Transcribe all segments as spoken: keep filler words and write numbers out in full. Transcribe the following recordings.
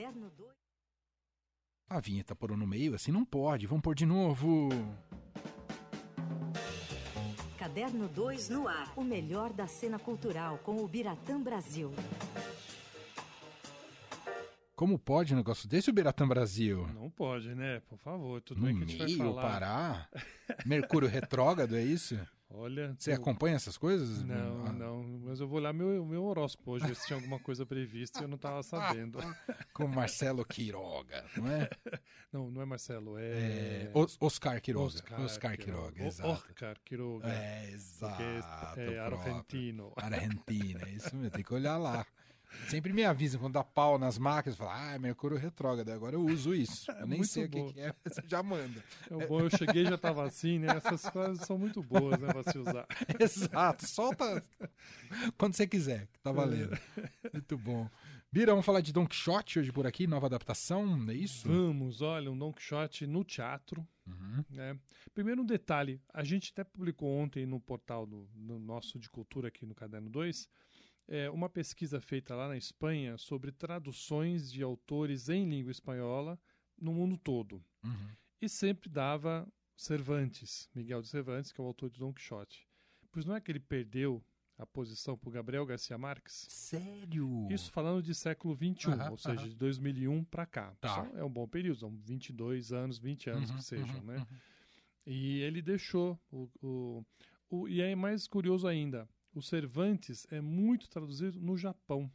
Caderno dois. A vinheta por no meio, assim não pode. Vamos pôr de novo. Caderno dois no ar. O melhor da cena cultural com o Biratã Brasil. Como pode um negócio desse, o Biratã Brasil? Não pode, né? Por favor, tudo No bem que a gente vai meio, falar. Pará? Mercúrio retrógrado, é isso? Olha... Você tu... acompanha essas coisas? Não, ah. não. Mas eu vou olhar meu, meu horóscopo hoje, ver se tinha alguma coisa prevista e eu não estava sabendo. Com Marcelo Quiroga, não é? Não, não é Marcelo, é... é... Oscar Quiroga. Oscar, Oscar Quiroga, Quiroga, exato. Oscar Quiroga. É, exato. Porque é, é argentino. Argentina, é isso mesmo, tem que olhar lá. Sempre me avisam quando dá pau nas máquinas, falam, ah, Mercúrio retrógrado, agora eu uso isso. Eu nem muito sei bom. o que, que é, você já manda. É bom, eu cheguei e já estava assim, né? Essas coisas são muito boas, né, para se usar. Exato, solta quando você quiser, que tá valendo. Muito bom. Bira, vamos falar de Don Quixote hoje por aqui, nova adaptação, é isso? Vamos, olha, um Don Quixote no teatro. Uhum. Né? Primeiro um detalhe, a gente até publicou ontem no portal do, do nosso de cultura aqui no Caderno dois, é uma pesquisa feita lá na Espanha sobre traduções de autores em língua espanhola no mundo todo. Uhum. E sempre dava Cervantes, Miguel de Cervantes, que é o autor de Don Quixote. Pois não é que ele perdeu a posição para o Gabriel Garcia Marques? Sério? Isso falando de século vinte e um, uhum, ou seja, uhum. de dois mil e um para cá. Tá. É um bom período, são vinte e dois anos, vinte anos uhum, que sejam, uhum, né? Uhum. E ele deixou o, o, o... E é mais curioso ainda, o Cervantes é muito traduzido no Japão.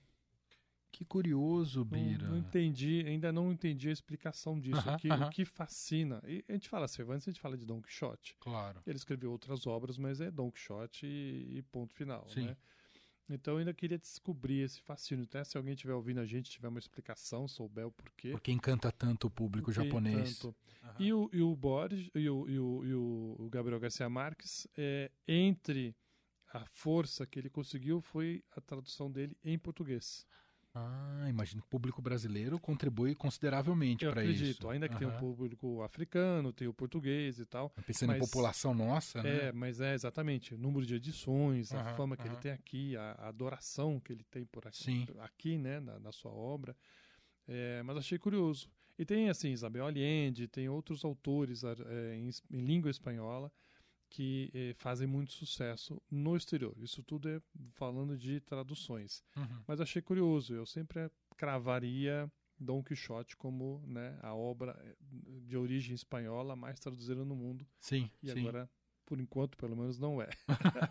Que curioso, Bira. Não, não entendi, ainda não entendi a explicação disso. Uh-huh, o, que, uh-huh. o que fascina. E a gente fala Cervantes, a gente fala de Don Quixote. Claro. Ele escreveu outras obras, mas é Don Quixote e, e ponto final. Sim. Né? Então eu ainda queria descobrir esse fascínio. Até se alguém estiver ouvindo a gente, tiver uma explicação, souber o porquê. Porque encanta tanto o público Porque japonês. Tanto. Uhum. E, o, e o Borges e o, e o, e o Gabriel Garcia Marques, é, entre a força que ele conseguiu foi a tradução dele em português. Ah, imagino que o público brasileiro contribui consideravelmente para isso. Eu acredito, ainda que uhum. tem um público africano, tem o português e tal. Pensando mas, em população nossa, né? É, mas é exatamente, o número de edições, uhum, a fama que uhum. ele tem aqui, a, a adoração que ele tem por aqui, Sim. aqui né, na, na sua obra. É, mas achei curioso. E tem, assim, Isabel Allende, tem outros autores é, em, em língua espanhola que eh, fazem muito sucesso no exterior. Isso tudo é falando de traduções. Uhum. Mas achei curioso, eu sempre cravaria Don Quixote como, né, a obra de origem espanhola mais traduzida no mundo. Sim, e sim. agora, por enquanto, pelo menos não é.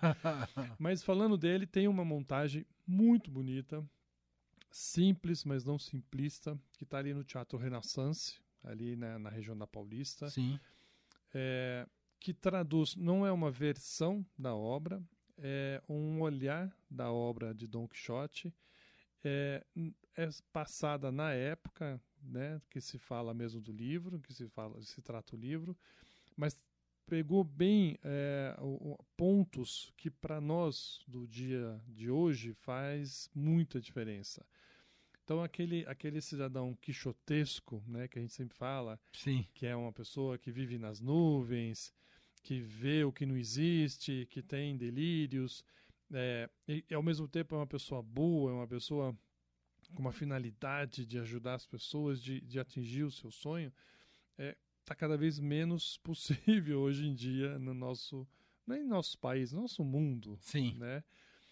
Mas falando dele, tem uma montagem muito bonita, simples, mas não simplista, que está ali no Teatro Renaissance, ali na, na região da Paulista. Sim. É... que traduz, não é uma versão da obra, é um olhar da obra de Don Quixote, é, é passada na época, né, que se fala mesmo do livro, que se, fala, se trata o livro, mas pegou bem é, o, pontos que para nós do dia de hoje faz muita diferença. Então, aquele, aquele cidadão quixotesco, né, que a gente sempre fala, Sim. que é uma pessoa que vive nas nuvens, que vê o que não existe, que tem delírios, é, e, e ao mesmo tempo é uma pessoa boa, é uma pessoa com uma finalidade de ajudar as pessoas, de, de atingir o seu sonho, está é, cada vez menos possível hoje em dia no nosso, não é em nosso país, no nosso mundo. Sim. Né?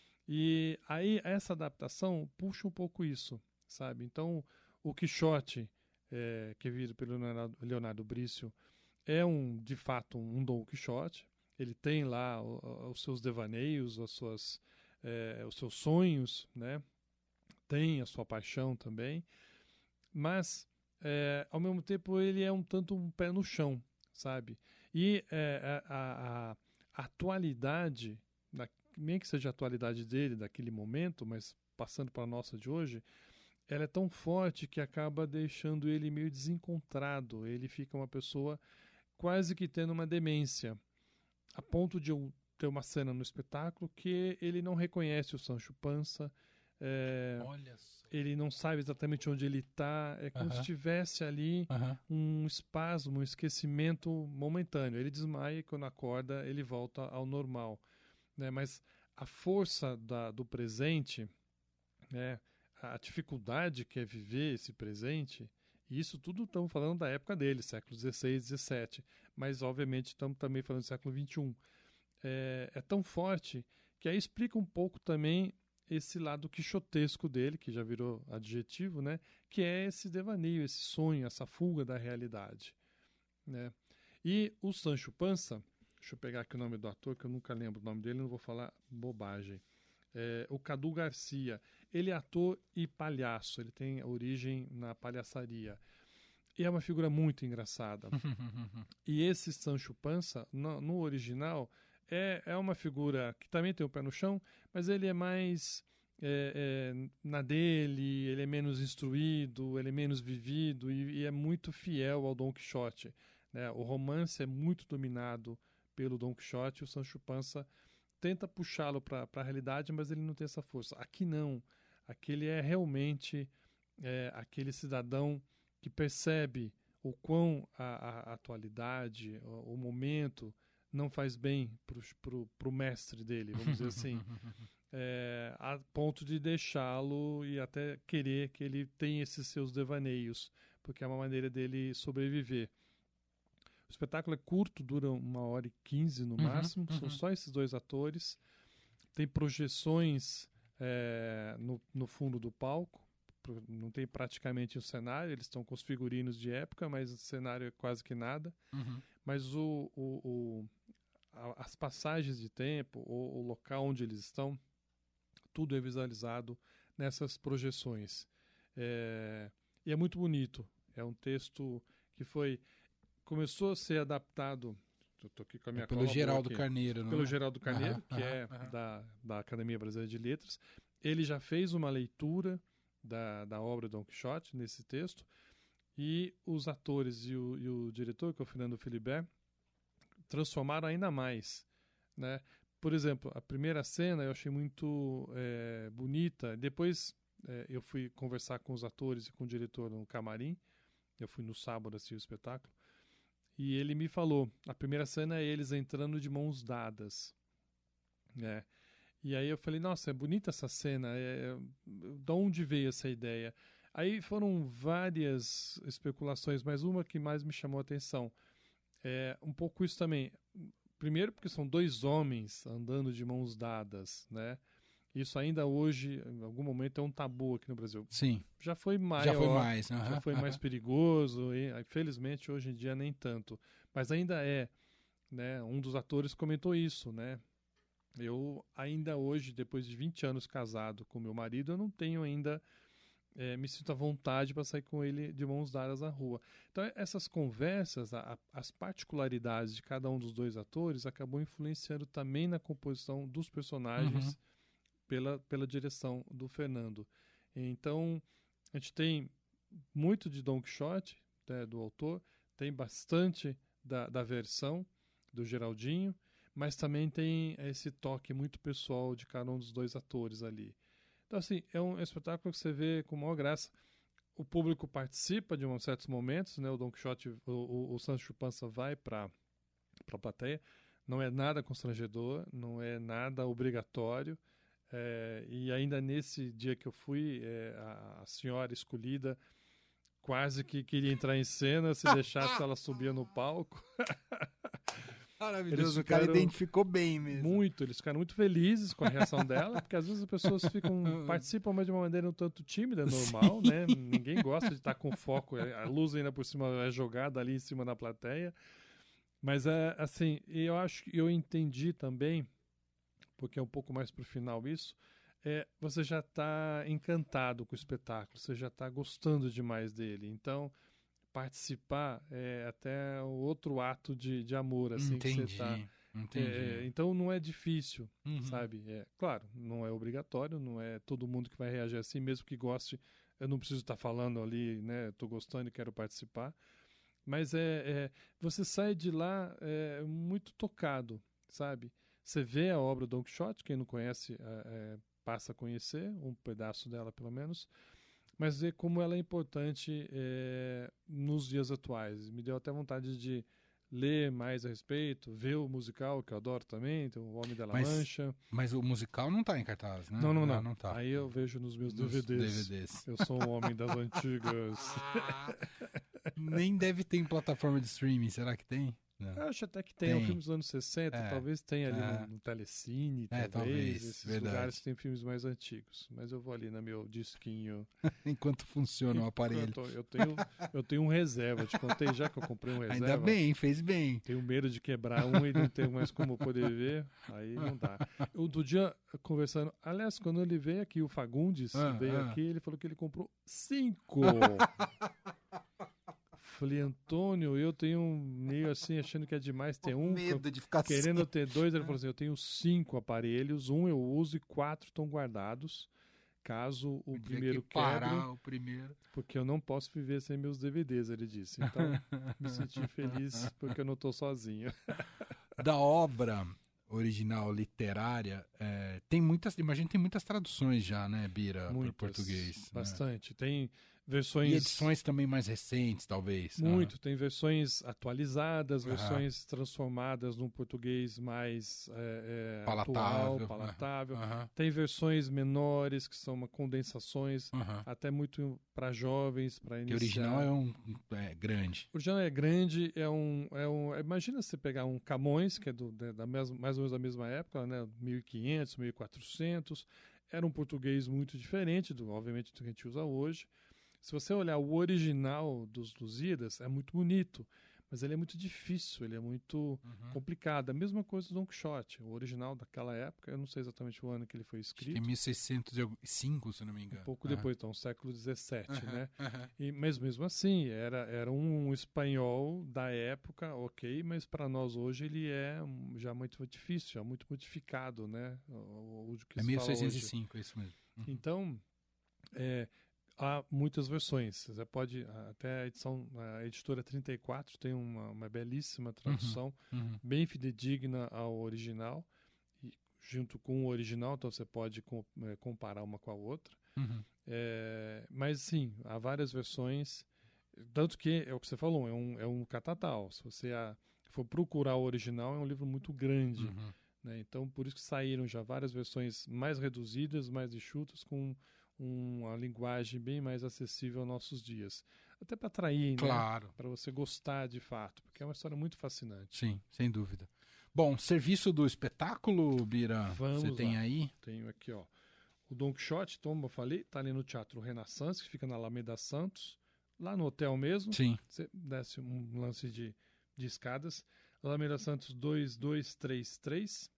E aí essa adaptação puxa um pouco isso. Sabe? Então, o Quixote, é, que é vivido pelo Leonardo, Leonardo Brício, é um, de fato um Don Quixote. Ele tem lá o, os seus devaneios, as suas, é, os seus sonhos, né? Tem a sua paixão também, mas é, ao mesmo tempo ele é um tanto um pé no chão, sabe? E é, a, a, a atualidade, nem que seja a atualidade dele daquele momento, mas passando para a nossa de hoje, ela é tão forte que acaba deixando ele meio desencontrado. Ele fica uma pessoa quase que tendo uma demência, a ponto de eu ter uma cena no espetáculo que ele não reconhece o Sancho Panza, é, Olha só. Ele não sabe exatamente onde ele está, é como uh-huh. se tivesse ali uh-huh. um espasmo, um esquecimento momentâneo. Ele desmaia e quando acorda ele volta ao normal. Né? Mas a força da, do presente, né? a dificuldade que é viver esse presente, e isso tudo estamos falando da época dele, século dezesseis, dezessete, mas obviamente estamos também falando do século vinte e um. É, é tão forte que aí explica um pouco também esse lado quixotesco dele, que já virou adjetivo, né? Que é esse devaneio, esse sonho, essa fuga da realidade, né? E o Sancho Panza, deixa eu pegar aqui o nome do ator, que eu nunca lembro o nome dele, não vou falar bobagem. É, o Cadu Garcia, ele é ator e palhaço, ele tem origem na palhaçaria. E é uma figura muito engraçada. E esse Sancho Panza, no, no original, é, é uma figura que também tem o pé no chão, mas ele é mais é, é, na dele, ele é menos instruído, ele é menos vivido e, e é muito fiel ao Dom Quixote, né? O romance é muito dominado pelo Dom Quixote, o Sancho Panza tenta puxá-lo para a realidade, mas ele não tem essa força. Aqui não. Aqui ele é realmente é, aquele cidadão que percebe o quão a, a atualidade, o, o momento, não faz bem para o mestre dele, vamos dizer assim, é, a ponto de deixá-lo e até querer que ele tenha esses seus devaneios, porque é uma maneira dele sobreviver. O espetáculo é curto, dura uma hora e quinze no máximo, uhum, uhum. São só esses dois atores. Tem projeções é, no, no fundo do palco, não tem praticamente um cenário, eles estão com os figurinos de época, mas o cenário é quase que nada. Uhum. Mas o, o, o, a, as passagens de tempo, o, o local onde eles estão, tudo é visualizado nessas projeções. É, e é muito bonito. É um texto que foi... começou a ser adaptado, estou aqui com a minha é pelo Geraldo aqui, Carneiro, não pelo é? Geraldo Carneiro, aham, que aham, é aham. Da, da Academia Brasileira de Letras. Ele já fez uma leitura da, da obra Dom Quixote nesse texto, e os atores e o, e o diretor, que é o Fernando Filibert, transformaram ainda mais, né? Por exemplo, a primeira cena eu achei muito é, bonita. Depois é, eu fui conversar com os atores e com o diretor no camarim. Eu fui no sábado assistir o espetáculo. E ele me falou, a primeira cena é eles entrando de mãos dadas, né? E aí eu falei, nossa, é bonita essa cena, é, de onde veio essa ideia? Aí foram várias especulações, mas uma que mais me chamou a atenção é um pouco isso também. Primeiro porque são dois homens andando de mãos dadas, né? Isso ainda hoje, em algum momento, é um tabu aqui no Brasil. Sim. Já foi maior, já foi mais, uh-huh, já foi uh-huh. mais perigoso, e infelizmente hoje em dia nem tanto. Mas ainda é, né? Um dos atores comentou isso, né? Eu ainda hoje, depois de vinte anos casado com meu marido, eu não tenho ainda, é, me sinto à vontade para sair com ele de mãos dadas na rua. Então essas conversas, a, a, as particularidades de cada um dos dois atores acabou influenciando também na composição dos personagens, uhum. pela, pela direção do Fernando. Então a gente tem muito de Dom Quixote, né, do autor, tem bastante da, da versão do Geraldinho, mas também tem esse toque muito pessoal de cada um dos dois atores ali. Então, assim, é um espetáculo que você vê com maior graça. O público participa de um, certos momentos, né? O Dom Quixote, o, o, o Sancho Panza vai para a plateia. Não é nada constrangedor, não é nada obrigatório. É, e ainda nesse dia que eu fui, é, a, a senhora escolhida quase que queria entrar em cena, se deixasse ela subia no palco. Maravilhoso, o cara identificou bem mesmo. Muito, eles ficaram muito felizes com a reação dela, porque às vezes as pessoas ficam, participam, mas de uma maneira um tanto tímida, normal, né? Ninguém gosta de estar com foco, a luz ainda por cima é jogada ali em cima da plateia. Mas, é, assim, eu acho que eu entendi também, porque é um pouco mais pro final isso, é, você já está encantado com o espetáculo, você já está gostando demais dele. Então, participar é até o outro ato de, de amor, assim, entendi, que você tá. Entendi. É, então não é difícil, uhum. sabe? É, claro, não é obrigatório, não é todo mundo que vai reagir assim, mesmo que goste. Eu não preciso estar falando ali, né? Estou gostando e quero participar. Mas é, é você sai de lá é, muito tocado, sabe? Você vê a obra do Dom Quixote, quem não conhece é, é, passa a conhecer, um pedaço dela pelo menos, mas ver como ela é importante é, nos dias atuais. Me deu até vontade de ler mais a respeito, ver o musical, que eu adoro também, tem o Homem da La Mas- Mancha. Mas o musical não tá em cartaz, né? Não, não, não. não tá. Aí eu vejo nos meus Nos D V Ds. D V Ds. Eu sou um homem das antigas. Nem deve ter em plataforma de streaming, será que tem? Não. Eu acho até que tem, é um Tem. filme dos anos sessenta, É. talvez tenha ali É. no, no Telecine, É, talvez, talvez, esses verdade. lugares que tem filmes mais antigos. Mas eu vou ali no meu disquinho. Enquanto funciona o aparelho. Enquanto Eu tenho, eu tenho um reserva, eu te contei já que eu comprei um reserva. Ainda bem, fez bem. Tenho medo de quebrar um e não ter mais como poder ver, aí não dá. Eu, outro dia, conversando, aliás, quando ele veio aqui, o Fagundes Ah, veio ah. aqui, ele falou que ele comprou cinco. Falei, Antônio, eu tenho um meio assim, achando que é demais ter um, medo de ficar querendo sem. ter dois. Ele falou assim, eu tenho cinco aparelhos, um eu uso e quatro estão guardados, caso o Tinha primeiro que parar quebre, o primeiro. porque eu não posso viver sem meus D V Ds, ele disse. Então, me senti feliz porque eu não estou sozinho. Da obra original literária, é, tem muitas, imagino que tem muitas traduções já, né, Bira, para Muitas, português. né? Bastante. Tem versões... E edições também mais recentes, talvez. Muito. Tem versões atualizadas, Aham. versões transformadas num português mais é, é, Palatável, atual, palatável. Ah, aham, Tem versões menores, que são uma condensações, aham. até muito para jovens, para Que iniciar. o original é um é, grande. O original é grande, é um, é um... Imagina você pegar um Camões, que é do, da, da mesma, mais ou menos da mesma época, né? mil e quinhentos, mil e quatrocentos. Era um português muito diferente, do, obviamente, do que a gente usa hoje. Se você olhar o original dos Lusíadas, é muito bonito, mas ele é muito difícil, ele é muito Uhum. complicado. A mesma coisa do Don Quixote, o original daquela época, eu não sei exatamente o ano que ele foi Acho que escrito, é mil seiscentos e cinco, se eu não me engano. um pouco Aham. depois, então, século dezessete, Aham, né? aham. E, mas mesmo assim, era, era um espanhol da época, ok, mas para nós hoje ele é um- já muito difícil, é muito modificado, né? O, o que É se fala hoje. mil seiscentos e cinco, é isso mesmo. Uhum. Então, é, há muitas versões. Você pode, até a edição, a editora trinta e quatro tem uma, uma belíssima tradução, Uhum. bem fidedigna ao original, e junto com o original, então você pode com, é, comparar uma com a outra. Uhum. É, mas sim, há várias versões, tanto que é o que você falou, é um, é um catatal. Se você a, for procurar o original, é um livro muito grande. Uhum. Né? Então, por isso que saíram já várias versões mais reduzidas, mais enxutas, com uma linguagem bem mais acessível aos nossos dias. Até para atrair, né? Claro. Para você gostar de fato, porque é uma história muito fascinante. Sim, sem dúvida. Bom, serviço do espetáculo, Bira, Vamos você tem lá. aí? Tenho aqui, ó, o Don Quixote, como eu falei, está ali no Teatro Renaissance, que fica na Alameda Santos, lá no hotel mesmo. Sim. Você desce um lance de, de escadas. Alameda Santos dois dois três três.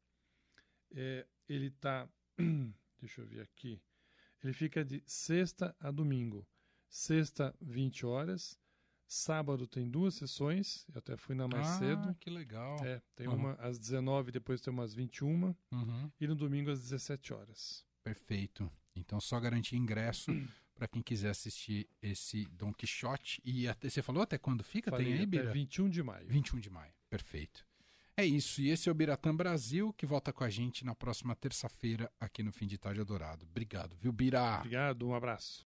É, ele está... Deixa eu ver aqui. Ele fica de sexta a domingo. Sexta, vinte horas. Sábado tem duas sessões. Eu até fui na mais ah, cedo. que legal. É, tem Uhum. uma às dezenove, depois tem umas vinte e uma. Uhum. E no domingo às dezessete horas. Perfeito. Então, só garantir ingresso para quem quiser assistir esse Don Quixote. E até, você falou até quando fica? Falei, tem aí, até Bira? vinte e um de maio. vinte e um de maio. Perfeito. É isso. E esse é o Biratã Brasil, que volta com a gente na próxima terça-feira aqui no Fim de Tarde Adorado. Obrigado, viu, Bira? Obrigado, um abraço.